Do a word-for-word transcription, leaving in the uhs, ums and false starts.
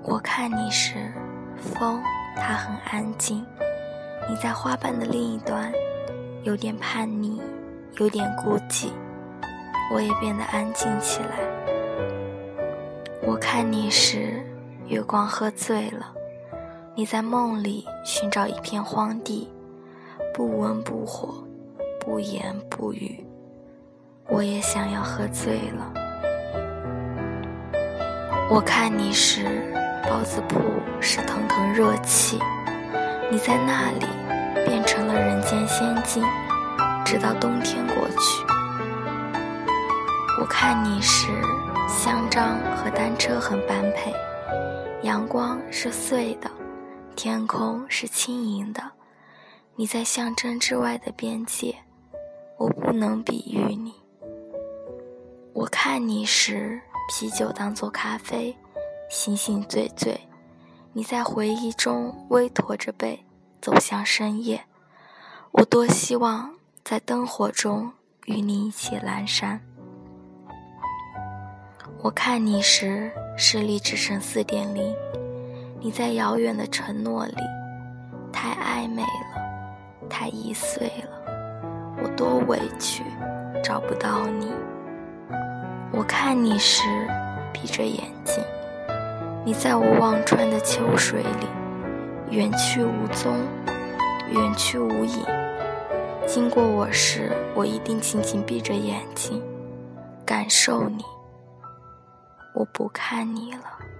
我看你时，风它很安静，你在花瓣的另一端，有点叛逆，有点孤寂，我也变得安静起来。我看你时，月光喝醉了，你在梦里寻找一片荒地，不温不火，不言不语，我也想要喝醉了。我看你时，包子铺是腾腾热气，你在那里变成了人间仙境，直到冬天过去。我看你时，香樟和单车很般配，阳光是碎的，天空是轻盈的，你在象征之外的边界，我不能比喻你。我看你时，啤酒当作咖啡，醒醒醉醉，你在回忆中微驼着背走向深夜，我多希望在灯火中与你一起阑珊。我看你时，视力只剩 四点零， 你在遥远的承诺里，太暧昧了，太易碎了，我多委屈，找不到你。我看你时，闭着眼睛，你在我忘川的秋水里，远去无踪，远去无影。经过我时，我一定紧紧闭着眼睛，感受你。我不看你了。